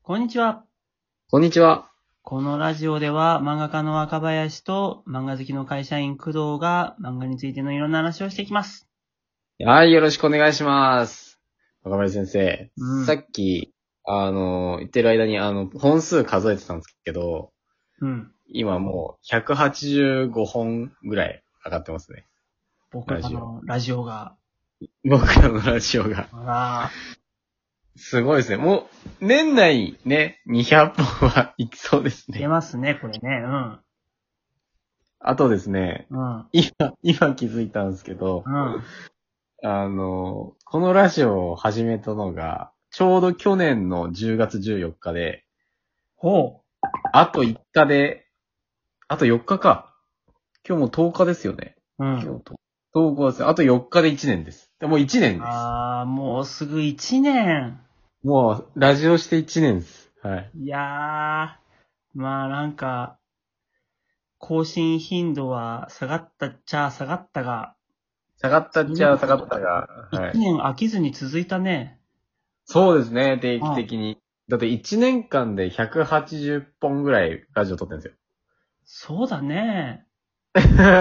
こんにちは。 こんにちは。 このラジオでは漫画家の若林と漫画好きの会社員工藤が漫画についてのいろんな話をしていきます。 はい、よろしくお願いします。若林先生、 うん。 さっき、言ってる間に、本数数えてたんですけど、 うん。 今もう185本ぐらい上がってますね。 僕らのラジオが。 僕らのラジオが。 あら。 すごいですね。もう、年内ね、200本はいきそうです出ね。 ますね、これね。 あとですね、 うん。うん。 今気づいたんですけど、 うん。 このラジオを始めたのが、ちょうど去年の10月14日で、 ほあと4日で、あと4日か。今日もう10日ですよね。 う。うん。 今日と。10日です。あと4日で1年です。もう1年です。 もうすぐ1年。 もう、ラジオして1年です。はい。 いやまあなんか、更新頻度は下がったっちゃ下がったが、 下がったっちゃ下がったが、は 1 い。 年飽きずに続いたね。 そうですね、定期うん。 的に。だって1年間で180本ぐらいラジオ撮ってるんですそうだね。 よ。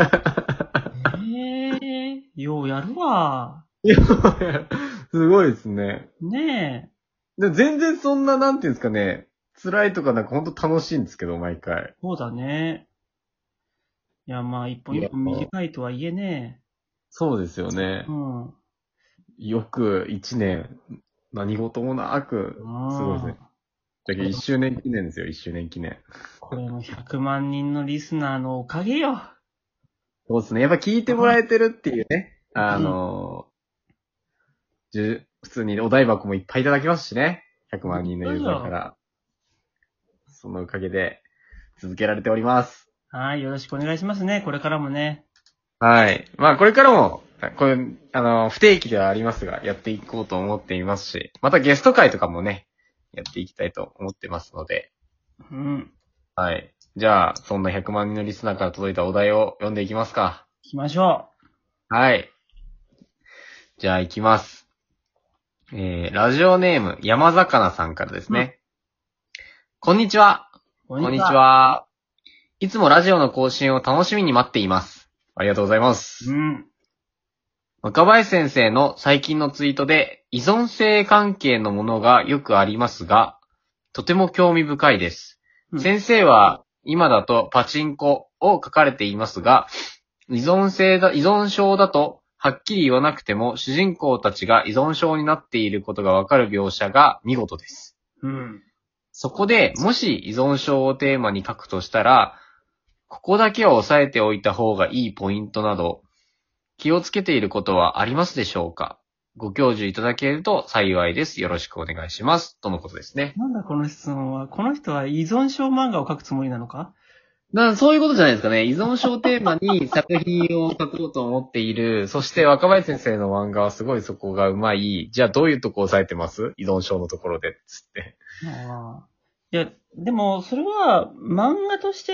ようやるわ。 いやすごいですね。 ねえ。 で全然そんな、なんていうんですかね、辛いとかなんかほんと楽しいんですけど、毎回。 そうだね。いや、まあ、一本いや、 一本短いとはいえね。 そうですよね。 うん。うん。 よく1年、何事もなく、すごいですね。だけどこれ、 1周年記念ですよ、1周年記念。 これの100万人のリスナーのおかげよ。 そうですね。やっぱ聞いてもらえてるっていうね。 うん。 普通にお台箱もいっぱいいただきますしね。100万本人のユー当よ。 ザーから。そのおかげで続けられております。 はい、よろしくお願いしますね。これからもね。 はい。まあこれからも、これ、不定期ではありますが、やっていこうと思っていますし、またゲスト会とかもね、やっていきたいと思ってますので、 うん。 はい。じゃあ、そんな100万人のリスナーから届いたお題を読んでいきますか。 行きましょはい。じゃあ、行きます。ラジオネーム、山魚さんからですう。うん。 ね。こんにちは。 こんにこんにちちは。 は。いつもラジオの更新を楽しみに待っています。ありがとうございます。 うん。 若林先生の最近のツイートで依存性関係のものがよくありますが、とても興味深いです。 うん。 先生は今だとパチンコを書かれていますが、依存症だとはっきり言わなくても主人公たちが依存症になっていることがわかる描写が見事です。 うん。 そこでもし依存症をテーマに書くとしたら、ここだけは押さえておいた方がいいポイントなど、気をつけていることはありますでしょうか？ご教授いただけると幸いです。よろしくお願いします。とのことですね。 なんだこの質問は。この人は依存症漫画を描くつもりなのか？ そういうことじゃないですかね。依存症テーマに作品を書こうと思っている。そして若林先生の漫画はすごいそこがうまい。じゃあどういうとこ押さえてます？依存症のところで。つって。 ああ。いや、でも、それは漫画として、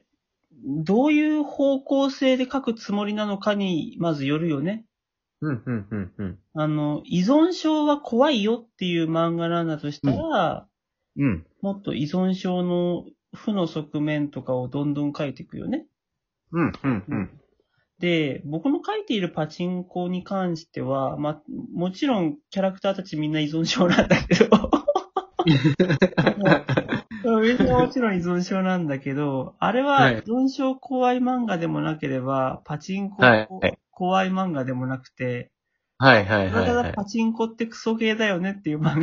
どういう方向性で書くつもりなのかに、まずよるよね。 うん、うん、うん、うん。 依存症は怖いよっていう漫画なんだとしたうん、 ら、 うん、 もっと依存症の負の側面とかをどんどん書いていくよね。 うん、うん、 うん。で、僕の書いているパチンコに関しては、まあ、もちろんキャラクターたちみんな依存症なんだけど、みんなもちろん依存症なんだけど、あれは依はい。 存症怖い漫画でもなければ、パチンコはい。 怖い漫画でもなくて、 はい、はい、はい、 ただただはい。 パチンコってクソゲーだよねっていう漫画。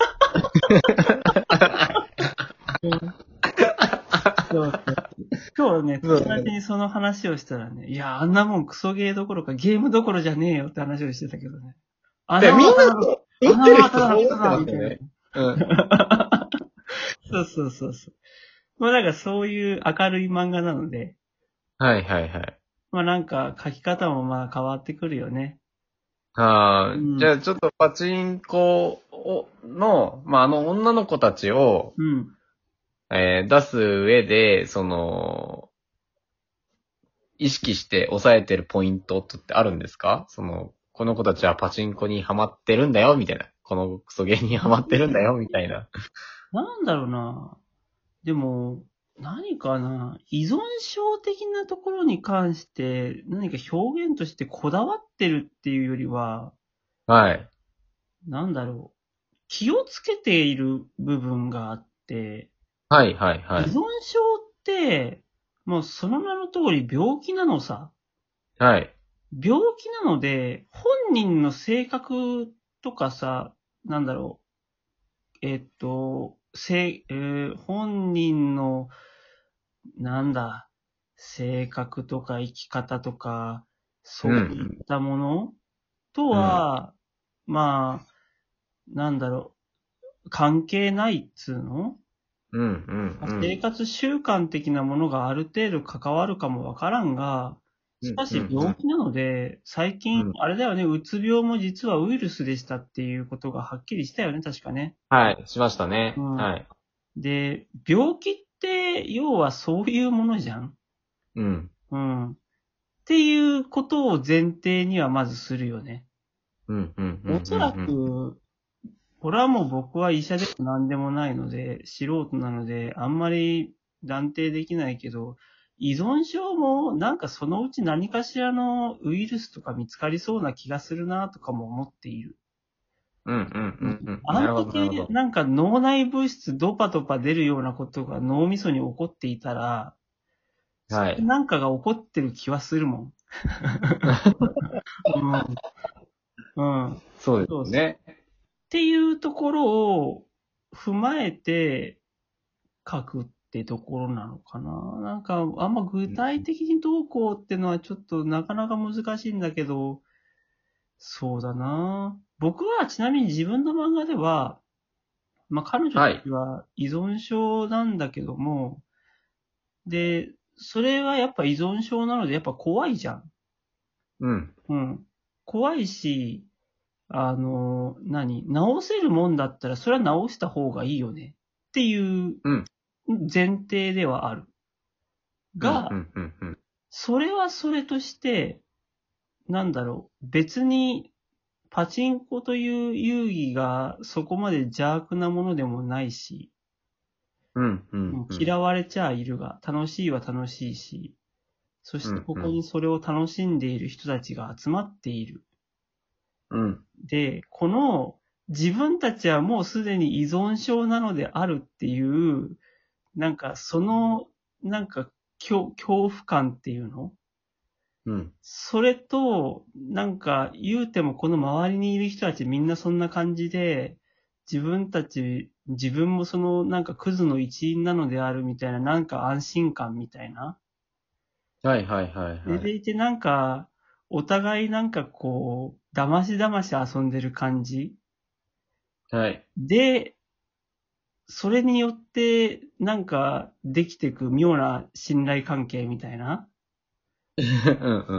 そうそう。今日ね、 そう友達にその話をしたらね、いや、あんなもんクソゲーどころかゲームどころじゃねえよって話をしてたけどね。 で、みんな見てるただのクソ人そう思ってだみたいな。 ますよね。うん。 そうそうそうそう。まあなんかそういう明るい漫画なので、 はい、はい、はい。 まあなんか書き方もまあ変わってくるよね。 はうい。じん。 ゃあちょっとパチンコの、まあ、女の子たちを、 うん。 出す上で、意識して抑えてるポイントってあるんですか？この子たちはパチンコにハマってるんだよ、みたいな。このクソゲーにハマってるんだよ、みたいな。 なんだろうな。でも、何かな。依存症的なところに関して、何か表現としてこだわってるっていうよりは、 はい。 なんだろう。気をつけている部分があって、 はい、はい、は依存い。 症って、もうその名の通り病気なのさ。 はい。 病気なので、本人の性格とかさ、なんだろう。本人の、なんだ、性格とか生き方とか、 うそういっん、 たものとうん、 は、まあ、なんだろう、関係ないっつうのうん、うん、うん。 生活習慣的なものがある程度関わるかもわからんが、 うん、 しかしうん、うん。 病気なので、最近、 うん。 あれだよね、うつ病も実はウイルスでしたっていうことがはっきりしたよね、確かね。 はい、しましたうね。 ん。 はい。 で、病気って、要はそういうものじゃん。 うん、 うん。っていうことを前提にはまずするよね。 うん、うん、うん、 おそらうん。 く、これはもう僕は医者でも何でもないので、素人なので、あんまり断定できないけど、依存症もなんかそのうち何かしらのウイルスとか見つかりそうな気がするなとかも思っている。 うん、うん、 うん。 うん、うん。 あんだなるほど、なるほど。 けなんか脳内物質ドパドパ出るようなことが脳みそに起こっていたら、 はい。 なんかが起こってる気はするもん。うん。うん。 そうでそうそう。 すね。 っていうところを踏まえて書くってところなのかな。なんか、あんま具うん、 体的にどうこうってのはちょっとなかなか難しいんだけど、そうだな。僕はちなみに自分の漫画では、まあ彼女たはい。 ちは依存症なんだけども、で、それはやっぱ依存症なのでやっぱ怖いじゃん。 うん、 うん。怖いし、治せるもんだったらそれは治した方がいいよねっていううん、 前提ではある。 うん、うが、 ん、うん、うん。 それはそれとして、別にパチンコという遊戯がそこまで邪悪なものでもないし、 うん、うん、うん。 嫌われちゃいるが、楽しいは楽しいし、そしてうん、うん。 ここにそれを楽しんでいる人たちが集まっている。 うん。 で、この自分たちはもうすでに依存症なのであるっていう、その、恐怖感っていうのうん。 それと、言うてもこの周りにいる人たちみんなそんな感じで、自分もそのクズの一員なのであるみたいな安心感みたいな。 はい、はい、はい、はい。 でいてお互い騙し騙し遊んでる感じはい。 で、それによってできていく妙な信頼関係みたいな。 うん、うん、うん、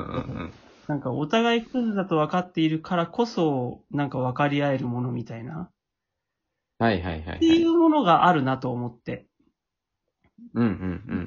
お互いクズだと分かっているからこそ、分かり合えるものみたいな。っはい、はい、はい、 ていはい。 うものがあるなと思って。 うん、うん、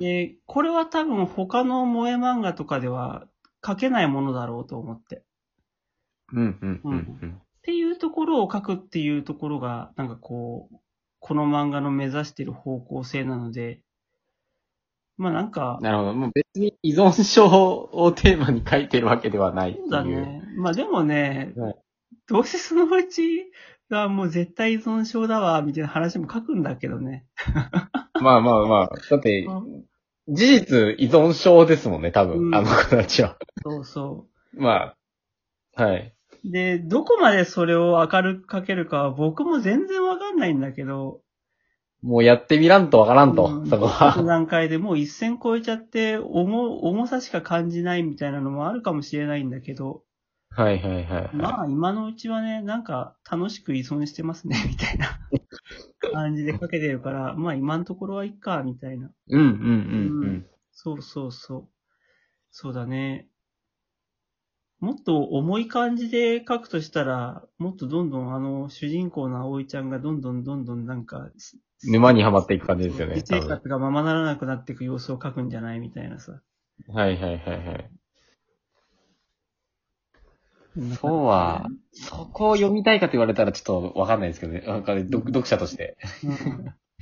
で、これは多分他の萌え漫画とかでは書けないものだろうと思って。 うん。うん、うん、 うん。っうん、うん。 ていうところを書くっていうところが、この漫画の目指している方向性なので、まあなるほど。もう別に依存症をテーマに書いてるわけではないっそうていう。 だね。まあでもね、 はい。 どうせそのうちがもう絶対依存症だわ、みたいな話も書くんだけどね。 まあまあまあ。だって、 うん。 事実依存症ですもんね、多分。あのうん。 子たちは。 そうそまあ、はい。 う。で、どこまでそれを明るく書けるかは僕も全然わかんないんだけど、 もうやってみらんとわからんと、 うん、 そこ読書のは。 段階でもう一線超えちゃって重さしか感じないみたいなのもあるかもしれないんだけど、 はいはいはいはい。 まあ今のうちはね、楽しく依存してますね、みたいな感じで書けてるから、まあ今のところはいっか、みたいな。 うんうんううんうん。 ん。 そうそうそう。そうだね。もっと重い感じで書くとしたら、もっとどんどん主人公の葵ちゃんがどんどんどんどん沼にはまっていく感じですよね、 私生多分。 活がままならなくなっていく様子を書くんじゃないみたいなさ。 はいはいはいはい。 こんな感そうは、そこを読みたいかと言われたらちょっとわかんないですけどね。なんかね、 じ。 読者として。 うん。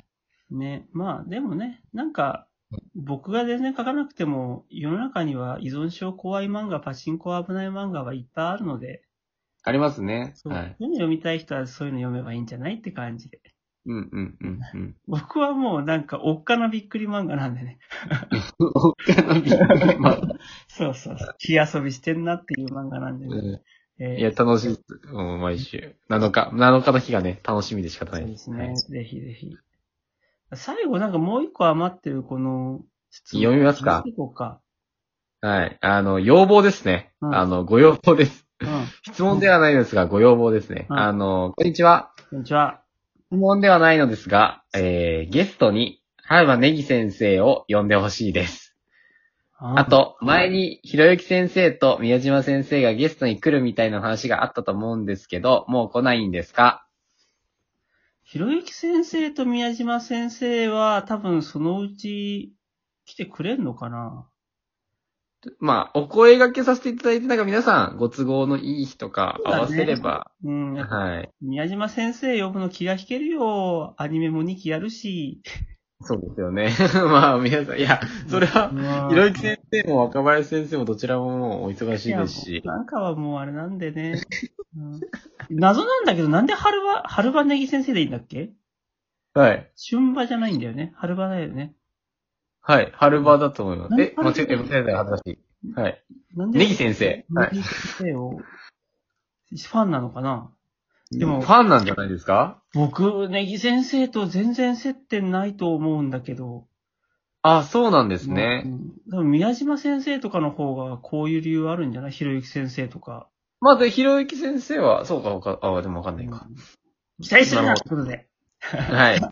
ね。まあ、でもね、なんか、僕が全然書かなくても、世の中には依存症怖い漫画、パチンコ危ない漫画はいっぱいあるので、 ありますね。 そう、 はい。 そういうの読みたい人はそういうの読めばいいんじゃないって感じで。 うんうんうんうん。 僕はもうなんか、おっかなびっくり漫画なんでね。 他のびっくりマン。 そうそう。気遊びしてんなっていう漫画なんでね。 うんいや、楽しいっす。うん、毎週。7日の日がね、楽しみで仕方ないです。はそうですね。 い。 ぜひぜひ。最後なんかもう一個余ってるこの質問。 読みますか？ いこうか。 はい。要望ですね。 うん。 ご要望です。 うん。 質問ではないですが、ご要望ですね。 うん。 こんにちは。 こんにちは。 質問ではないのですが、ゲストに、原田ネギ先生を呼んでほしいです。 ああと、前に、ひろゆき先生と宮島先生がゲストに来るみたいな話があったと思うんですけど、もう来ないんですか？ ひろゆき先生と宮島先生は多分そのうち来てくれんのかな。 まあ、お声掛けさせていただいて、なんか皆さん、ご都合のいい日とかそうだ合わせれね。 ば、 うん。やっぱはい。 宮島先生呼ぶの気が引けるよ。アニメも2期やるし。 そうですよね。まあ、皆さん、いや、それは、ひろゆき先生も若林先生もどちらももうお忙しいいや、 ですし、 なんかはもうあれなんでね。うん、謎なんだけど、なんで春場ネギ先生でいいんだっけ？ はい。 春場じゃないんだよね。春場だよね。 はい。春場だと思います。 なんで春場、 間違えたら恥ずかしい。はい。 なんでネギ先生。はい。 ネギ先生を、ファンなのかな？でも、 ファンなんじゃないですか？ 僕、ネギ先生と全然接点ないと思うんだけど、 あ、そうなんですうね。 ん、多分宮島先生とかの方がこういう理由あるんじゃない？ひろゆき先生とか。 まず、ひろゆき先生は、そうか、でもわかんないうん、 か。 期待するなっなるほど。 てことで。 はい。